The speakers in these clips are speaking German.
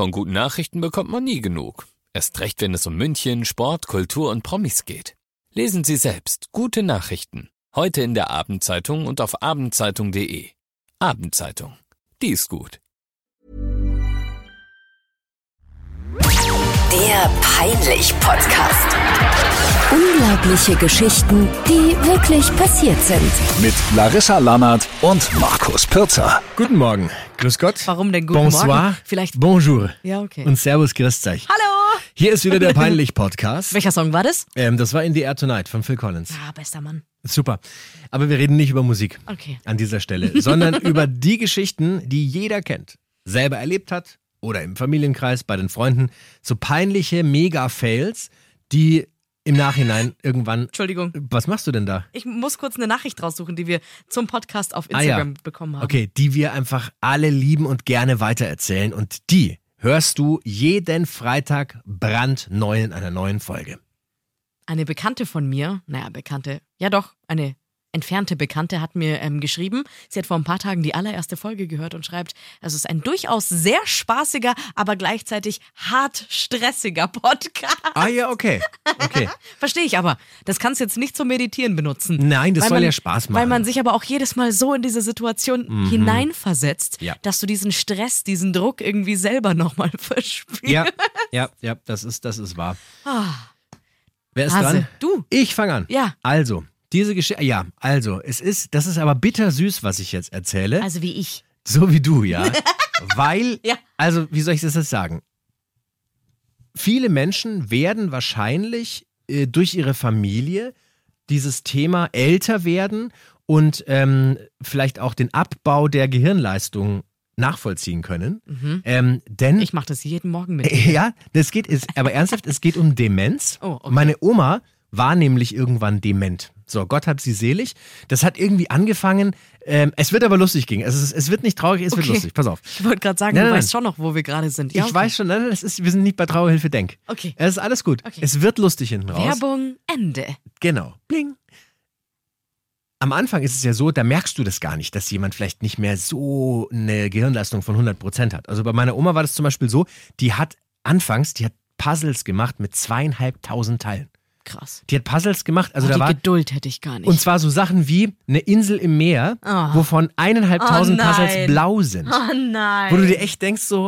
Von guten Nachrichten bekommt man nie genug. Erst recht, wenn es um München, Sport, Kultur und Promis geht. Lesen Sie selbst gute Nachrichten. Heute in der Abendzeitung und auf abendzeitung.de. Abendzeitung. Die ist gut. Der Peinlich-Podcast. Unglaubliche Geschichten, die wirklich passiert sind. Mit Larissa Lammert und Markus Pirzer. Guten Morgen. Grüß Gott. Warum denn guten Bonsoir. Morgen? Vielleicht. Bonjour. Ja, okay. Und Servus, grüßt euch. Hallo! Hier ist wieder der Peinlich-Podcast. Welcher Song war das? Das war In the Air Tonight von Phil Collins. Ah, bester Mann. Super. Aber wir reden nicht über Musik Okay. an dieser Stelle, sondern über die Geschichten, die jeder kennt, selber erlebt hat oder im Familienkreis, bei den Freunden. So peinliche Mega-Fails, die im Nachhinein irgendwann... Entschuldigung. Was machst du denn da? Ich muss kurz eine Nachricht raussuchen, die wir zum Podcast auf Instagram bekommen haben. Okay, die wir einfach alle lieben und gerne weitererzählen. Und die hörst du jeden Freitag brandneu in einer neuen Folge. Eine Bekannte von mir, eine entfernte Bekannte hat mir geschrieben, sie hat vor ein paar Tagen die allererste Folge gehört und schreibt, es ist ein durchaus sehr spaßiger, aber gleichzeitig hart stressiger Podcast. Ah ja, okay. Verstehe ich aber. Das kannst du jetzt nicht zum Meditieren benutzen. Nein, das Weil soll man- ja Spaß machen. Weil man sich aber auch jedes Mal so in diese Situation hineinversetzt, Ja. dass du diesen Stress, diesen Druck irgendwie selber nochmal verspürst. Ja, das ist wahr. Wer ist Hase, dran? du. Ich fange an. Ja. Also, diese Geschichte, das ist aber bittersüß, was ich jetzt erzähle. Also wie ich. So wie du, ja. Weil, Ja. also, wie soll ich das jetzt sagen? Viele Menschen werden wahrscheinlich durch ihre Familie dieses Thema älter werden und vielleicht auch den Abbau der Gehirnleistung nachvollziehen können. Denn Ich mache das jeden Morgen mit. ja, aber ernsthaft, es geht um Demenz. Oh, okay. Meine Oma war nämlich irgendwann dement. So, Gott hab sie selig. Das hat irgendwie angefangen, es wird aber lustig gehen. Es wird nicht traurig, es wird Okay. lustig. Pass auf. Ich wollte gerade sagen, Nein, du nein, weißt schon noch, wo wir gerade sind. Ja, Ich okay. weiß schon, nein, wir sind nicht bei Trauerhilfe Denk. Okay. Es ist alles gut. Okay. Es wird lustig hinten raus. Werbung, Ende. Genau. Bling. Am Anfang ist es ja so, da merkst du das gar nicht, dass jemand vielleicht nicht mehr so eine Gehirnleistung von 100% hat. Also bei meiner Oma war das zum Beispiel so, die hat Puzzles gemacht mit 2.500 Teilen. Krass. Die hat Puzzles gemacht, also Oh, da die war... Geduld hätte ich gar nicht. Und zwar so Sachen wie eine Insel im Meer, Oh. wovon 1.500 Oh nein. Puzzles blau sind. oh nein. Wo du dir echt denkst so...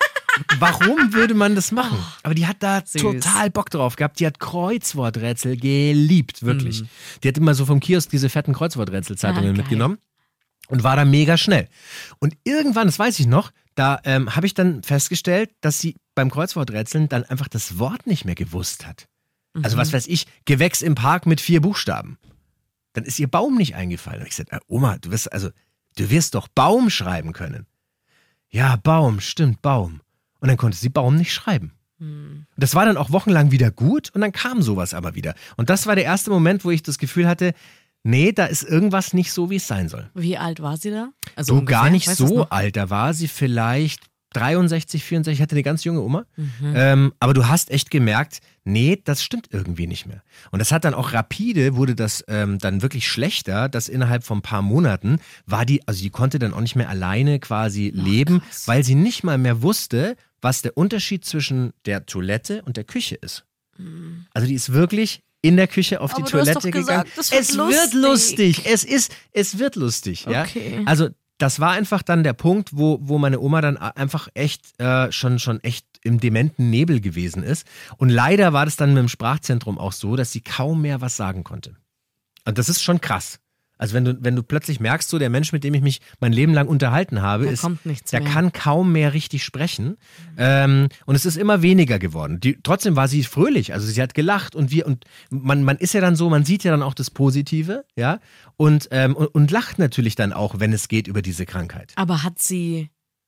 Warum würde man das machen? Aber die hat da Süß. total Bock drauf gehabt. Die hat Kreuzworträtsel geliebt, wirklich. Die hat immer so vom Kiosk diese fetten Kreuzworträtselzeitungen geil. mitgenommen und war da mega schnell. Und irgendwann, das weiß ich noch, da habe ich dann festgestellt, dass sie beim Kreuzworträtseln dann einfach das Wort nicht mehr gewusst hat. Also was weiß ich, Gewächs im Park mit 4 Buchstaben. Dann ist ihr Baum nicht eingefallen. Und ich sagte, Oma, du wirst doch Baum schreiben können. Ja, Baum, stimmt, Baum. Und dann konnte sie Baum nicht schreiben. Das war dann auch wochenlang wieder gut und dann kam sowas aber wieder. Und das war der erste Moment, wo ich das Gefühl hatte, nee, da ist irgendwas nicht so, wie es sein soll. Wie alt war sie da? Also So ungefähr? gar nicht Weißt du's so noch? alt, da war sie vielleicht 63, 64, hatte eine ganz junge Oma. Aber du hast echt gemerkt, nee, das stimmt irgendwie nicht mehr. Und das hat dann auch wurde das dann wirklich schlechter, dass innerhalb von ein paar Monaten die konnte dann auch nicht mehr alleine quasi leben, krass. weil sie nicht mal mehr wusste, was der Unterschied zwischen der Toilette und der Küche ist. Also die ist wirklich in der Küche auf Aber die du hast Toilette doch gesagt, gegangen. das wird Es wird lustig. lustig. Es wird lustig. Ja? Okay. Also das war einfach dann der Punkt, wo meine Oma dann einfach echt schon echt im dementen Nebel gewesen ist. Und leider war das dann mit dem Sprachzentrum auch so, dass sie kaum mehr was sagen konnte. Und das ist schon krass. Also wenn du plötzlich merkst, so der Mensch, mit dem ich mich mein Leben lang unterhalten habe, Da kommt nichts der mehr. kann kaum mehr richtig sprechen. Und es ist immer weniger geworden. Trotzdem war sie fröhlich, also sie hat gelacht und man ist ja dann so, man sieht ja dann auch das Positive, ja, und lacht natürlich dann auch, wenn es geht über diese Krankheit. Aber hat sie,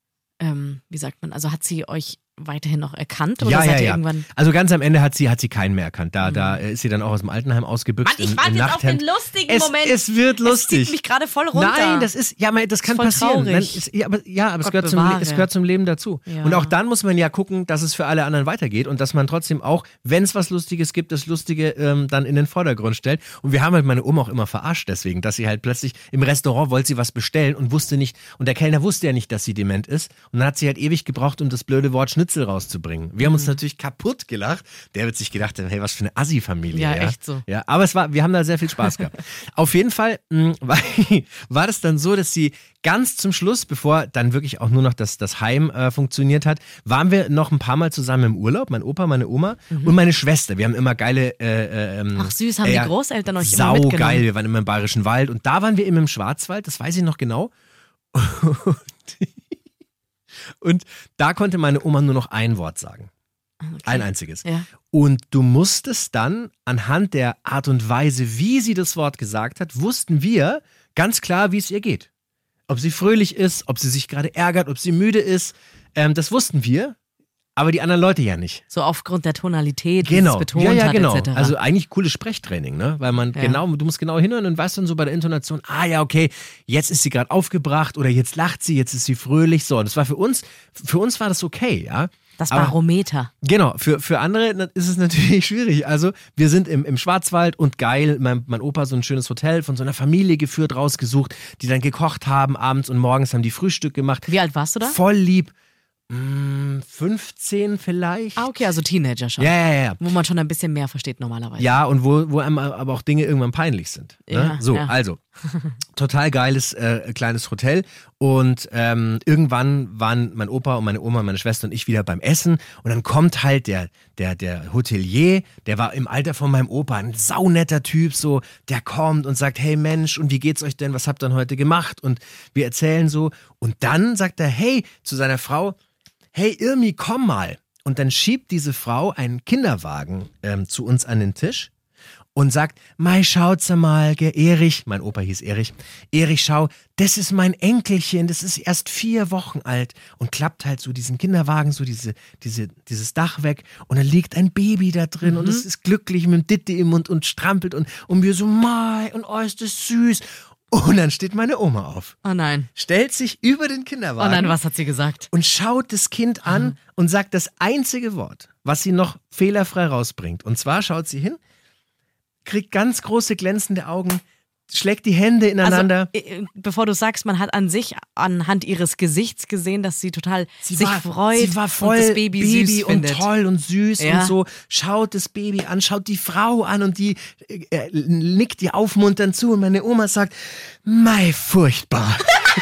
wie sagt man, also hat sie euch weiterhin noch erkannt? Oder Ja, seid ja, ihr ja. irgendwann... Also ganz am Ende hat sie keinen mehr erkannt. Da ist sie dann auch aus dem Altenheim ausgebüxt. Mann, ich im warte jetzt auf Nachthemd. den lustigen Moment. Es wird lustig. Es zieht mich gerade voll runter. Nein, das kann voll passieren. traurig. Aber es Gott gehört es bewahre. gehört zum Leben dazu. Ja. Und auch dann muss man ja gucken, dass es für alle anderen weitergeht und dass man trotzdem auch, wenn es was Lustiges gibt, das Lustige dann in den Vordergrund stellt. Und wir haben halt meine Oma auch immer verarscht deswegen, dass sie halt plötzlich im Restaurant wollte sie was bestellen und wusste nicht, und der Kellner wusste ja nicht, dass sie dement ist. Und dann hat sie halt ewig gebraucht, um das blöde Wort Schnitzel Schnitzel rauszubringen. Wir haben uns natürlich kaputt gelacht. Der wird sich gedacht haben, hey, was für eine Assi-Familie. Ja, echt so. Ja, aber wir haben da sehr viel Spaß gehabt. Auf jeden Fall war das dann so, dass sie ganz zum Schluss, bevor dann wirklich auch nur noch das Heim funktioniert hat, waren wir noch ein paar Mal zusammen im Urlaub. Mein Opa, meine Oma und meine Schwester. Wir haben immer geile Ach süß, haben die Großeltern euch immer mitgenommen? Saugeil, wir waren immer im Bayerischen Wald und da waren wir eben im Schwarzwald, das weiß ich noch genau. Und da konnte meine Oma nur noch ein Wort sagen. Okay. Ein einziges. Ja. Und du musstest dann anhand der Art und Weise, wie sie das Wort gesagt hat, wussten wir ganz klar, wie es ihr geht. Ob sie fröhlich ist, ob sie sich gerade ärgert, ob sie müde ist, das wussten wir, aber die anderen Leute ja nicht. So aufgrund der Tonalität, genau. wie es betont ja, hat, genau. etc. Also eigentlich cooles Sprechtraining, ne? Weil man du musst genau hinhören und weißt dann so bei der Intonation, okay, jetzt ist sie gerade aufgebracht oder jetzt lacht sie, jetzt ist sie fröhlich. So, und das war für uns war das okay, ja. Das Barometer. Genau, für andere ist es natürlich schwierig. Also wir sind im Schwarzwald und geil, mein Opa so ein schönes Hotel von so einer Familie geführt, rausgesucht, die dann gekocht haben abends und morgens haben die Frühstück gemacht. Wie alt warst du da? Voll lieb. 15 vielleicht. Ah, okay, also Teenager schon. Ja. Wo man schon ein bisschen mehr versteht normalerweise. Ja, und wo einem aber auch Dinge irgendwann peinlich sind. Ne? Ja, so, ja. Also, total geiles kleines Hotel und irgendwann waren mein Opa und meine Oma und meine Schwester und ich wieder beim Essen und dann kommt halt der Hotelier, der war im Alter von meinem Opa, ein saunetter Typ, so, der kommt und sagt, hey Mensch, und wie geht's euch denn, was habt ihr denn heute gemacht? Und wir erzählen so und dann sagt er, hey, zu seiner Frau, hey Irmi, komm mal. Und dann schiebt diese Frau einen Kinderwagen zu uns an den Tisch und sagt, Mei, schaut's mal, Erich, mein Opa hieß Erich, schau, das ist mein Enkelchen, das ist erst 4 Wochen alt und klappt halt so diesen Kinderwagen, so dieses Dach weg und dann liegt ein Baby da drin und es ist glücklich mit dem Ditte im Mund und strampelt und wir so, Mei, und ist das süß. Und dann steht meine Oma auf. Oh nein. Stellt sich über den Kinderwagen. Oh nein, was hat sie gesagt? Und schaut das Kind an und sagt das einzige Wort, was sie noch fehlerfrei rausbringt. Und zwar schaut sie hin, kriegt ganz große glänzende Augen, schlägt die Hände ineinander. Also, bevor du sagst, man hat an sich anhand ihres Gesichts gesehen, dass sie total freut. Sie war voll und das Baby süß und findet. toll und süß Ja. und so. Schaut das Baby an, schaut die Frau an und die nickt ihr aufmunternd zu und meine Oma sagt, Mei, furchtbar.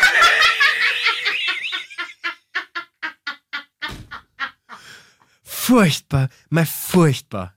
Furchtbar, Mei, furchtbar.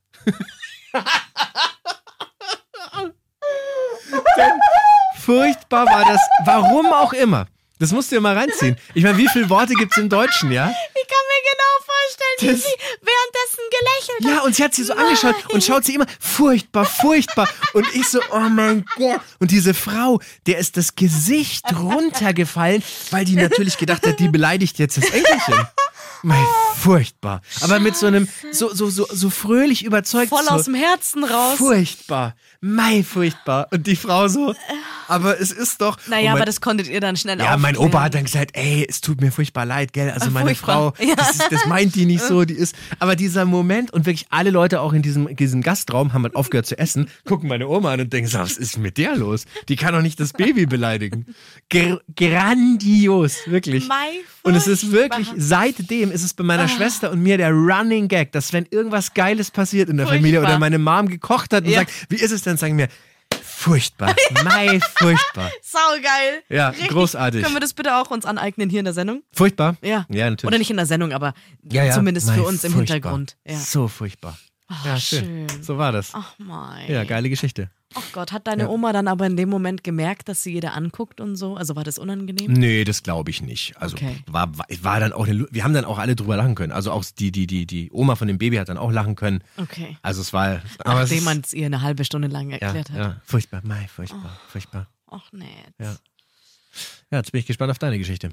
Denn furchtbar war das, warum auch immer. Das musst du dir mal reinziehen. Ich meine, wie viele Worte gibt es im Deutschen, ja? Ich kann mir genau vorstellen, wie sie währenddessen gelächelt hat. Ja, und sie hat sie so angeschaut und schaut sie immer, furchtbar, furchtbar. Und ich so, oh mein Gott. Und diese Frau, der ist das Gesicht runtergefallen, weil die natürlich gedacht hat, die beleidigt jetzt das Enkelchen. Mei, furchtbar. Aber mit so einem, so fröhlich überzeugt. Voll so, aus dem Herzen raus. Furchtbar. Mei, furchtbar. Und die Frau so, aber es ist doch... Naja, aber das konntet ihr dann schnell Ja, mein aufklären. Opa hat dann gesagt, ey, es tut mir furchtbar leid, gell? Also meine Furchtbar. Frau, das meint die nicht so, die ist... Aber dieser Moment und wirklich alle Leute auch in diesem Gastraum haben halt aufgehört zu essen, gucken meine Oma an und denken so, was ist mit der los? Die kann doch nicht das Baby beleidigen. Grandios, wirklich. Mei, Und es ist wirklich, seitdem ist es bei meiner Schwester und mir der Running Gag, dass wenn irgendwas Geiles passiert in der Familie oder meine Mom gekocht hat und sagt, wie ist es denn, sagen wir, furchtbar, Mei, furchtbar. Saugeil. Ja, Richtig. großartig. Können wir das bitte auch uns aneignen hier in der Sendung? Furchtbar? Ja. Ja, natürlich. Oder nicht in der Sendung, aber Ja, zumindest Mei, für uns im furchtbar. Hintergrund. Ja. So furchtbar. Ja, schön. So war das. Ach mein. Ja, geile Geschichte. Ach Gott, hat deine Oma dann aber in dem Moment gemerkt, dass sie jeder anguckt und so? Also war das unangenehm? Nee, das glaube ich nicht. Also Okay. war dann auch, wir haben dann auch alle drüber lachen können. Also auch die Oma von dem Baby hat dann auch lachen können. Okay. Also es war... aber Nachdem es man es ihr eine halbe Stunde lang erklärt hat. Ja, furchtbar, Mei, furchtbar, furchtbar. Ach nett. Ja. Ja, jetzt bin ich gespannt auf deine Geschichte.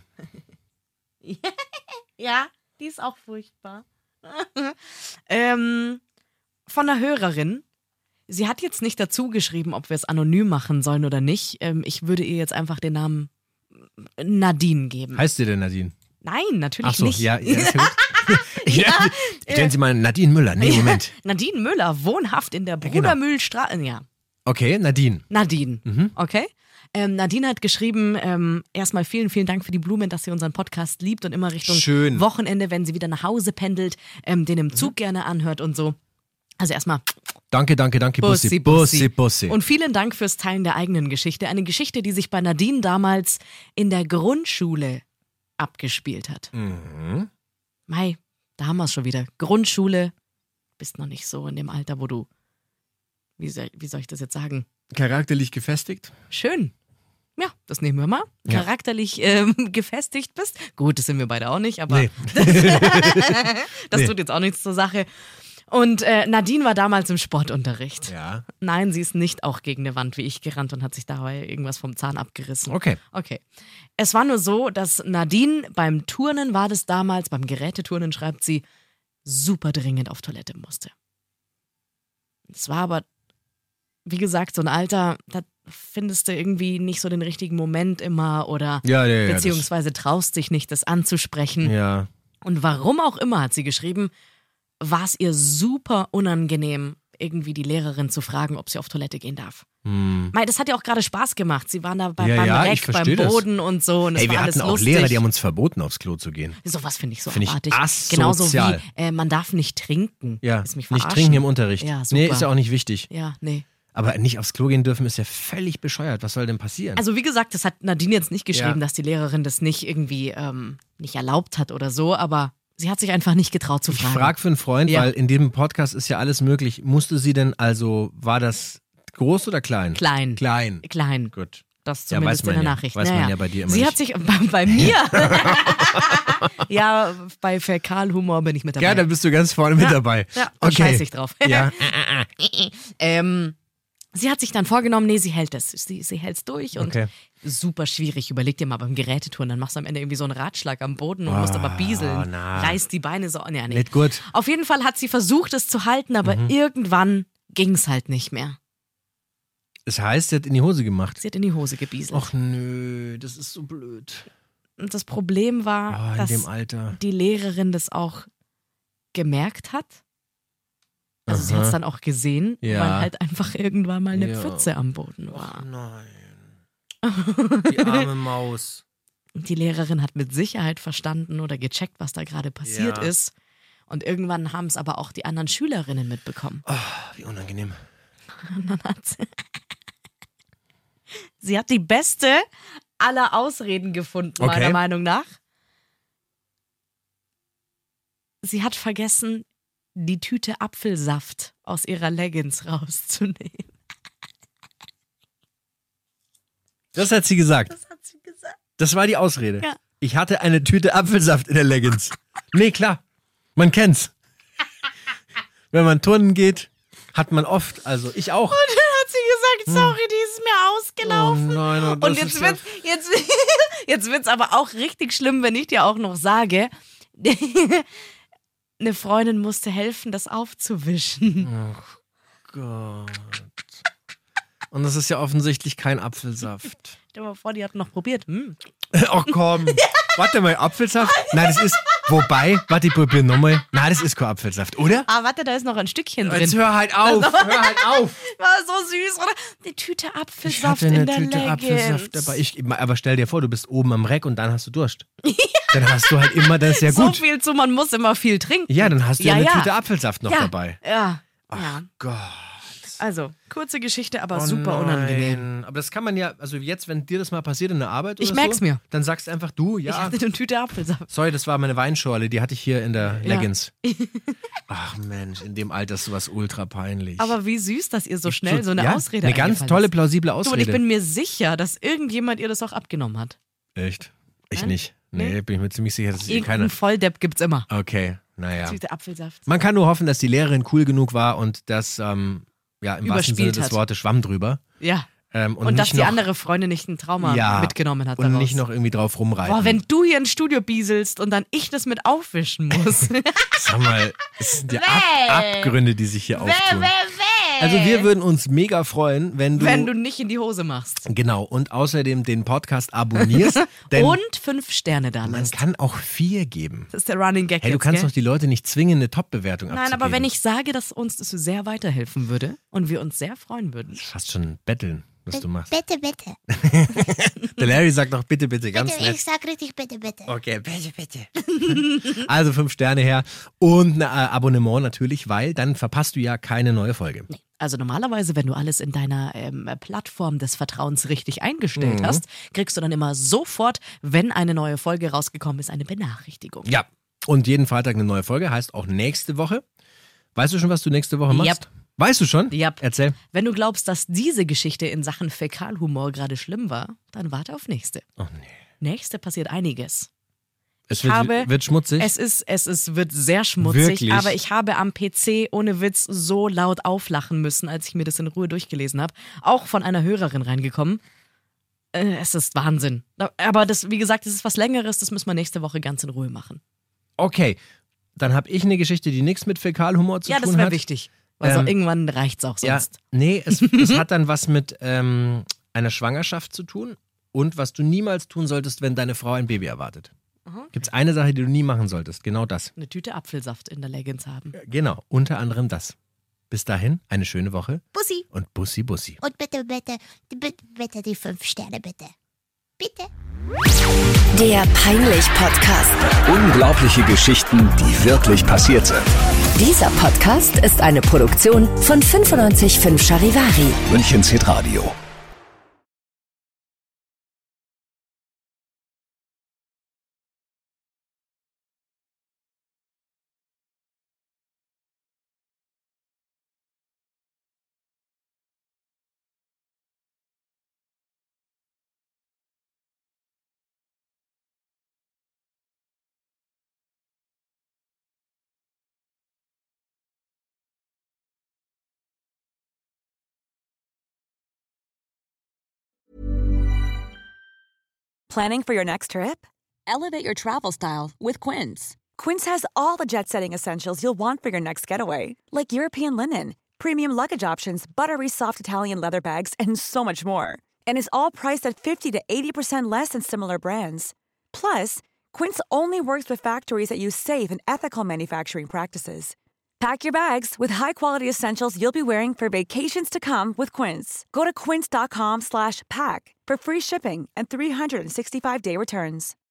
Ja, die ist auch furchtbar. Von einer Hörerin. Sie hat jetzt nicht dazu geschrieben, ob wir es anonym machen sollen oder nicht. Ich würde ihr jetzt einfach den Namen Nadine geben. Heißt sie denn Nadine? Nein, natürlich Ach so, nicht. ja, ist ja gut. Stellen Sie mal Nadine Müller. Nee, Moment. Nadine Müller, wohnhaft in der Brudermühlstraße. Ja, Okay, Nadine. Nadine. Okay. Nadine hat geschrieben, erstmal vielen, vielen Dank für die Blumen, dass sie unseren Podcast liebt und immer Richtung Schön. Wochenende, wenn sie wieder nach Hause pendelt, den im Zug gerne anhört und so. Also erstmal Danke, Bussi, Bussi, Bussi. Und vielen Dank fürs Teilen der eigenen Geschichte. Eine Geschichte, die sich bei Nadine damals in der Grundschule abgespielt hat. Mei, da haben wir es schon wieder. Grundschule, bist noch nicht so in dem Alter, wo du, wie soll ich das jetzt sagen? Charakterlich gefestigt? Schön. Ja, das nehmen wir mal. Ja. Charakterlich gefestigt bist. Gut, das sind wir beide auch nicht, aber Nee. das tut jetzt auch nichts zur Sache. Und Nadine war damals im Sportunterricht. Ja. Nein, sie ist nicht auch gegen eine Wand wie ich gerannt und hat sich dabei irgendwas vom Zahn abgerissen. Okay. Es war nur so, dass Nadine beim Turnen war das damals, beim Geräteturnen schreibt sie, super dringend auf Toilette musste. Es war aber, wie gesagt, so ein Alter, da findest du irgendwie nicht so den richtigen Moment immer oder beziehungsweise traust dich nicht, das anzusprechen. Ja. Und warum auch immer, hat sie geschrieben, war es ihr super unangenehm, irgendwie die Lehrerin zu fragen, ob sie auf Toilette gehen darf. Mei, das hat ja auch gerade Spaß gemacht. Sie waren da beim Reck, beim Boden und so. Und Ey, es wir war alles hatten auch lustig. Lehrer, die haben uns verboten, aufs Klo zu gehen. Sowas finde ich so Finde ich abartig. asozial. Genauso wie, man darf nicht trinken. Ja, Ist mich nicht verarschen. trinken im Unterricht. Ja, super. Nee, ist ja auch nicht wichtig. Ja, nee. Aber nicht aufs Klo gehen dürfen ist ja völlig bescheuert. Was soll denn passieren? Also wie gesagt, das hat Nadine jetzt nicht geschrieben, Ja. dass die Lehrerin das nicht irgendwie nicht erlaubt hat oder so, aber sie hat sich einfach nicht getraut zu ich fragen. frage für einen Freund, Ja. weil in dem Podcast ist ja alles möglich. Musste sie denn also, war das groß oder klein? Klein. Klein. Klein. Gut. Das Ja, zumindest weiß man in der ja. Nachricht. Weiß man ja bei dir immer Sie nicht. hat sich bei mir. Ja, bei Fäkalhumor bin ich mit dabei. Ja, da bist du ganz vorne mit dabei. Ja, da scheiß ich drauf. Ja. Sie hat sich dann vorgenommen, nee, sie hält es. Sie hält es durch und Okay. super schwierig. Überleg dir mal beim Gerätetouren, dann machst du am Ende irgendwie so einen Ratschlag am Boden und musst aber bieseln. na. Reißt die Beine so. Ja, nee. Nicht gut. Auf jeden Fall hat sie versucht, es zu halten, aber irgendwann ging es halt nicht mehr. Das heißt, sie hat in die Hose gemacht. Sie hat in die Hose gebieselt. Ach nö, das ist so blöd. Und das Problem war, In dass dem Alter. die Lehrerin das auch gemerkt hat. Also sie Aha. hat es dann auch gesehen, Ja. weil halt einfach irgendwann mal eine Ja. Pfütze am Boden war. Nein. Die arme Maus. Und die Lehrerin hat mit Sicherheit verstanden oder gecheckt, was da gerade passiert Ja. ist. Und irgendwann haben es aber auch die anderen Schülerinnen mitbekommen. Wie unangenehm. Und dann hat sie hat die beste aller Ausreden gefunden, Okay. meiner Meinung nach. Sie hat vergessen, die Tüte Apfelsaft aus ihrer Leggings rauszunehmen. Das hat sie gesagt. Das hat sie gesagt. Das war die Ausrede. Ja. Ich hatte eine Tüte Apfelsaft in der Leggings. Nee, klar. Man kennt's. Wenn man turnen geht, hat man oft, also ich auch. Und dann hat sie gesagt, sorry, die ist mir ausgelaufen. Oh nein, das Und jetzt ist wird's, jetzt wird's aber auch richtig schlimm, wenn ich dir auch noch sage, eine Freundin musste helfen, das aufzuwischen. Gott. Und das ist ja offensichtlich kein Apfelsaft. Stell dir mal vor, die hat noch probiert. Ach komm. Warte mal, Apfelsaft? Nein, das ist, wobei, warte, ich probier nochmal. Nein, das ist kein Apfelsaft, oder? Ah, warte, da ist noch ein Stückchen drin. Jetzt hör halt auf, hör halt auf. War so süß, oder? Eine Tüte Ich Apfelsaft hatte eine in der Tüte Leggings. Apfelsaft dabei. Aber stell dir vor, du bist oben am Reck und dann hast du Durst. Dann hast du halt immer, das ist ja So gut. viel zu, man muss immer viel trinken. Ja, dann hast du ja Ja, eine ja. Tüte Apfelsaft noch ja. dabei. Ja. Ja. Gott. Also, kurze Geschichte, aber Oh super nein. unangenehm. Aber das kann man ja, also jetzt, wenn dir das mal passiert in der Arbeit Ich oder merk's so, mir. dann sagst du einfach du, Ich ja. hatte eine Tüte Apfelsaft. Sorry, das war meine Weinschorle, die hatte ich hier in der Ja. Leggings. Ach Mensch, in dem Alter ist sowas ultra peinlich. Aber wie süß, dass ihr so schnell so eine ja, Ausrede eine ganz eingefallen tolle, ist. plausible Du, und Ausrede. ich bin mir sicher, dass irgendjemand ihr das auch abgenommen hat. Echt? Ich Nein? nicht. Nee, bin ich mir ziemlich sicher, dass es keiner. Irgendein Volldepp gibt's immer. Okay, naja. Tüte Apfelsaft. Man kann nur hoffen, dass die Lehrerin cool genug war und das, ja, im wahrsten Sinne Überspielt des hat. Wortes Schwamm drüber. Ja. Und Und dass nicht die noch, andere Freundin nicht ein Trauma ja, mitgenommen hat und daraus. nicht noch irgendwie drauf rumreiten. Boah, wenn du hier ins Studio bieselst und dann ich das mit aufwischen muss. Sag mal, es sind ja Abgründe, die sich hier auftun. Also wir würden uns mega freuen, wenn Wenn du nicht in die Hose machst. genau, und außerdem den Podcast abonnierst, denn Und 5 Sterne da man lässt. kann auch 4 geben. Das ist der Running Gag Hey, du jetzt, kannst gell? doch die Leute nicht zwingen, eine Top-Bewertung Nein, abzugeben. aber wenn ich sage, dass uns das sehr weiterhelfen würde und wir uns sehr freuen würden. Fast schon betteln. was du machst. Bitte, bitte. Der Larry sagt doch bitte, bitte, ganz Bitte, nett. ich sag richtig bitte, bitte. Okay, bitte, bitte. Also 5 Sterne her und ein Abonnement natürlich, weil dann verpasst du ja keine neue Folge. Also normalerweise, wenn du alles in deiner Plattform des Vertrauens richtig eingestellt hast, kriegst du dann immer sofort, wenn eine neue Folge rausgekommen ist, eine Benachrichtigung. Ja, und jeden Freitag eine neue Folge, heißt auch nächste Woche. Weißt du schon, was du nächste Woche machst? Yep. Weißt du schon? Yep. Erzähl. Wenn du glaubst, dass diese Geschichte in Sachen Fäkalhumor gerade schlimm war, dann warte auf nächste. Oh nee. Nächste passiert einiges. Es wird schmutzig. Wird sehr schmutzig, Wirklich? aber ich habe am PC ohne Witz so laut auflachen müssen, als ich mir das in Ruhe durchgelesen habe. Auch von einer Hörerin reingekommen. Es ist Wahnsinn. Aber das, wie gesagt, das ist was Längeres, das müssen wir nächste Woche ganz in Ruhe machen. Okay, dann habe ich eine Geschichte, die nichts mit Fäkalhumor zu Ja, tun das wäre hat. wichtig. Weil so irgendwann reicht's auch sonst. Ja, nee, es hat dann was mit einer Schwangerschaft zu tun und was du niemals tun solltest, wenn deine Frau ein Baby erwartet. Gibt es eine Sache, die du nie machen solltest, genau das. Eine Tüte Apfelsaft in der Leggings haben. Genau, unter anderem das. Bis dahin, eine schöne Woche Bussi. und Bussi, Bussi. Und bitte, bitte, bitte die 5 Sterne, bitte. Bitte. Der Peinlich-Podcast. Unglaubliche Geschichten, die wirklich passiert sind. Dieser Podcast ist eine Produktion von 95.5 Charivari. Münchens Hitradio. Planning for your next trip? Elevate your travel style with Quince. Quince has all the jet-setting essentials you'll want for your next getaway, like European linen, premium luggage options, buttery soft Italian leather bags, and so much more. And is all priced at 50 to 80% less than similar brands. Plus, Quince only works with factories that use safe and ethical manufacturing practices. Pack your bags with high-quality essentials you'll be wearing for vacations to come with Quince. Go to quince.com/pack for free shipping and 365-day returns.